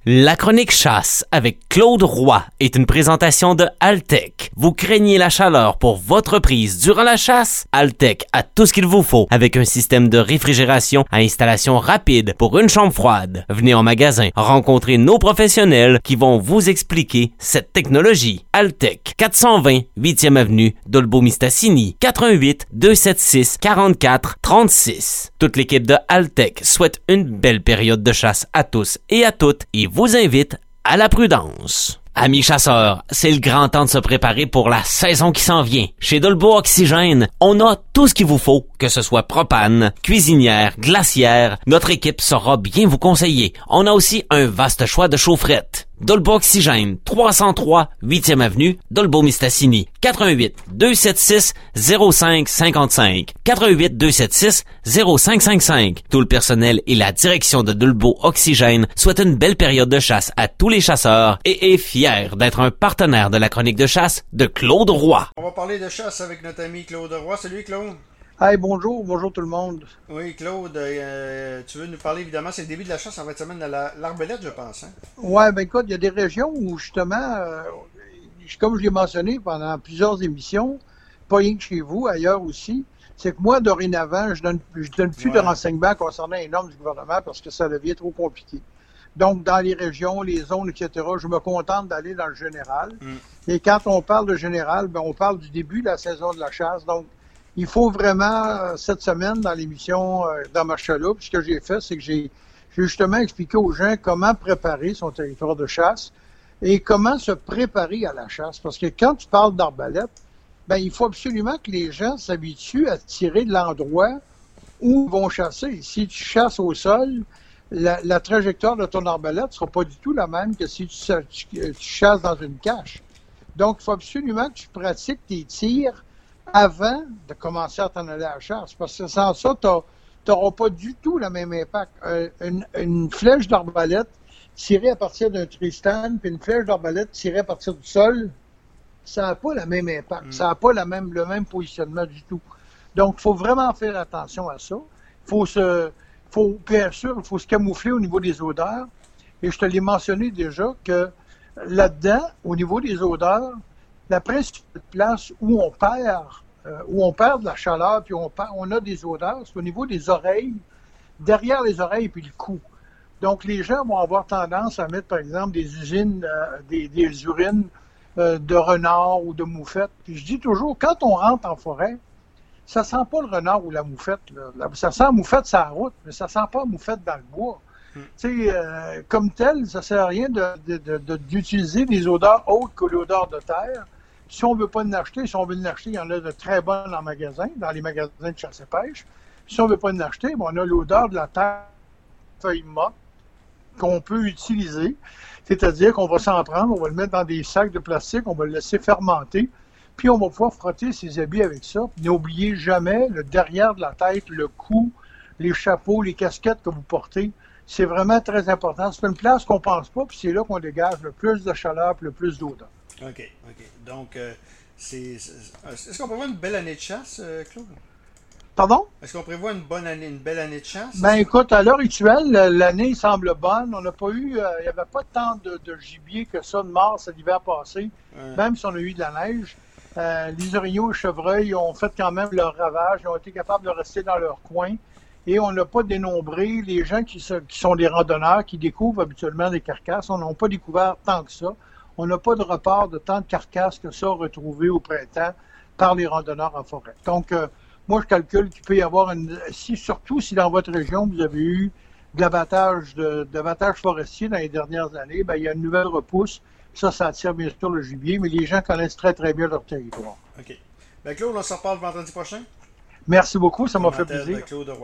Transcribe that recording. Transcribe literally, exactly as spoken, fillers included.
La chronique chasse avec Claude Roy est une présentation de Altec. Vous craignez la chaleur pour votre prise durant la chasse? Altec a tout ce qu'il vous faut avec un système de réfrigération à installation rapide pour une chambre froide. Venez en magasin, rencontrer nos professionnels qui vont vous expliquer cette technologie. Altec, quatre cent vingt huitième avenue d'Olbeau-Mistassini, quatre un huit, deux sept six, quatre-quatre trente-six. Toute l'équipe de Altec souhaite une belle période de chasse à tous et à toutes et vous invite à la prudence. Amis chasseurs, c'est le grand temps de se préparer pour la saison qui s'en vient. Chez Dolbo Oxygène, on a tout ce qu'il vous faut, que ce soit propane, cuisinière, glacière. Notre équipe saura bien vous conseiller. On a aussi un vaste choix de chaufferettes. Dolbo Oxygène, trois cent trois, huitième avenue, Dolbeau-Mistassini, quatre un huit, deux sept six, zéro cinq cinq cinq, quatre un huit, deux sept six, zéro cinq cinq cinq. Tout le personnel et la direction de Dolbo Oxygène souhaitent une belle période de chasse à tous les chasseurs et est fier d'être un partenaire de la chronique de chasse de Claude Roy. On va parler de chasse avec notre ami Claude Roy. Salut Claude. Hey, bonjour, bonjour tout le monde. Oui, Claude, euh, tu veux nous parler évidemment, c'est le début de la chasse en fin de semaine de la, l'Arbalète, je pense. Hein? Ouais, ben écoute, il y a des régions où justement, euh, comme je l'ai mentionné pendant plusieurs émissions, pas rien que chez vous, ailleurs aussi, c'est que moi, dorénavant, je donne, je donne plus ouais. de renseignements concernant les normes du gouvernement parce que ça devient trop compliqué. Donc, dans les régions, les zones, et cetera, je me contente d'aller dans le général. Mm. Et quand on parle de général, ben on parle du début de la saison de la chasse. Donc, il faut vraiment, cette semaine, dans l'émission euh, dans ma chaloupe, ce que j'ai fait, c'est que j'ai, j'ai justement expliqué aux gens comment préparer son territoire de chasse et comment se préparer à la chasse. Parce que quand tu parles d'arbalète, ben il faut absolument que les gens s'habituent à tirer de l'endroit où ils vont chasser. Si tu chasses au sol, la, la trajectoire de ton arbalète ne sera pas du tout la même que si tu, tu, tu chasses dans une cache. Donc, il faut absolument que tu pratiques tes tirs avant de commencer à t'en aller à la chasse. Parce que sans ça, tu n'auras pas du tout le même impact. Euh, une, une flèche d'arbalète tirée à partir d'un Tristan, puis une flèche d'arbalète tirée à partir du sol, ça n'a pas le même impact. Mm. Ça n'a pas la même, le même positionnement du tout. Donc, il faut vraiment faire attention à ça. Il faut se, faut, bien sûr, il faut se camoufler au niveau des odeurs. Et je te l'ai mentionné déjà que là-dedans, au niveau des odeurs, la principale place où on perd, euh, où on perd de la chaleur, puis on, perd, on a des odeurs, c'est au niveau des oreilles, derrière les oreilles, puis le cou. Donc, les gens vont avoir tendance à mettre, par exemple, des usines, euh, des, des urines euh, de renard ou de moufette. Puis je dis toujours, quand on rentre en forêt, ça sent pas le renard ou la moufette. Là. Ça sent la moufette sur la route, mais ça sent pas la moufette dans le bois. Mm. Tu sais, euh, comme tel, ça sert à rien de, de, de, de, d'utiliser des odeurs autres que l'odeur de terre. Si on ne veut pas en acheter, si on veut en acheter, il y en a de très bonnes en magasin, dans les magasins de chasse et pêche. Si on ne veut pas en acheter, bon, on a l'odeur de la terre feuille morte qu'on peut utiliser. C'est-à-dire qu'on va s'en prendre, on va le mettre dans des sacs de plastique, on va le laisser fermenter, puis on va pouvoir frotter ses habits avec ça. N'oubliez jamais le derrière de la tête, le cou, les chapeaux, les casquettes que vous portez. C'est vraiment très important. C'est une place qu'on ne pense pas, puis c'est là qu'on dégage le plus de chaleur et le plus d'odeur. OK, OK. Donc, euh, c'est, c'est, est-ce qu'on prévoit une belle année de chasse, euh, Claude? Pardon? Est-ce qu'on prévoit une bonne année, une belle année de chasse? Ben écoute, à l'heure actuelle, l'année semble bonne. On n'a pas eu, euh, il n'y avait pas tant de, de gibier que ça de mars l'hiver passé, ouais. Même si on a eu de la neige. Euh, les orignaux et chevreuils ont fait quand même leur ravage, ils ont été capables de rester dans leur coin. Et on n'a pas dénombré les gens qui, se, qui sont des randonneurs, qui découvrent habituellement des carcasses. On n'a pas découvert tant que ça. On n'a pas de report de tant de carcasses que ça retrouvées au printemps par les randonneurs en forêt. Donc, euh, moi, je calcule qu'il peut y avoir une... Si, surtout si dans votre région, vous avez eu de l'abattage, de, de l'abattage forestier dans les dernières années, ben, il y a une nouvelle repousse. Ça, ça attire bien sûr le gibier, mais les gens connaissent très, très bien leur territoire. OK. Ben, Claude, on se reparle vendredi prochain. Merci beaucoup, ça m'a fait plaisir.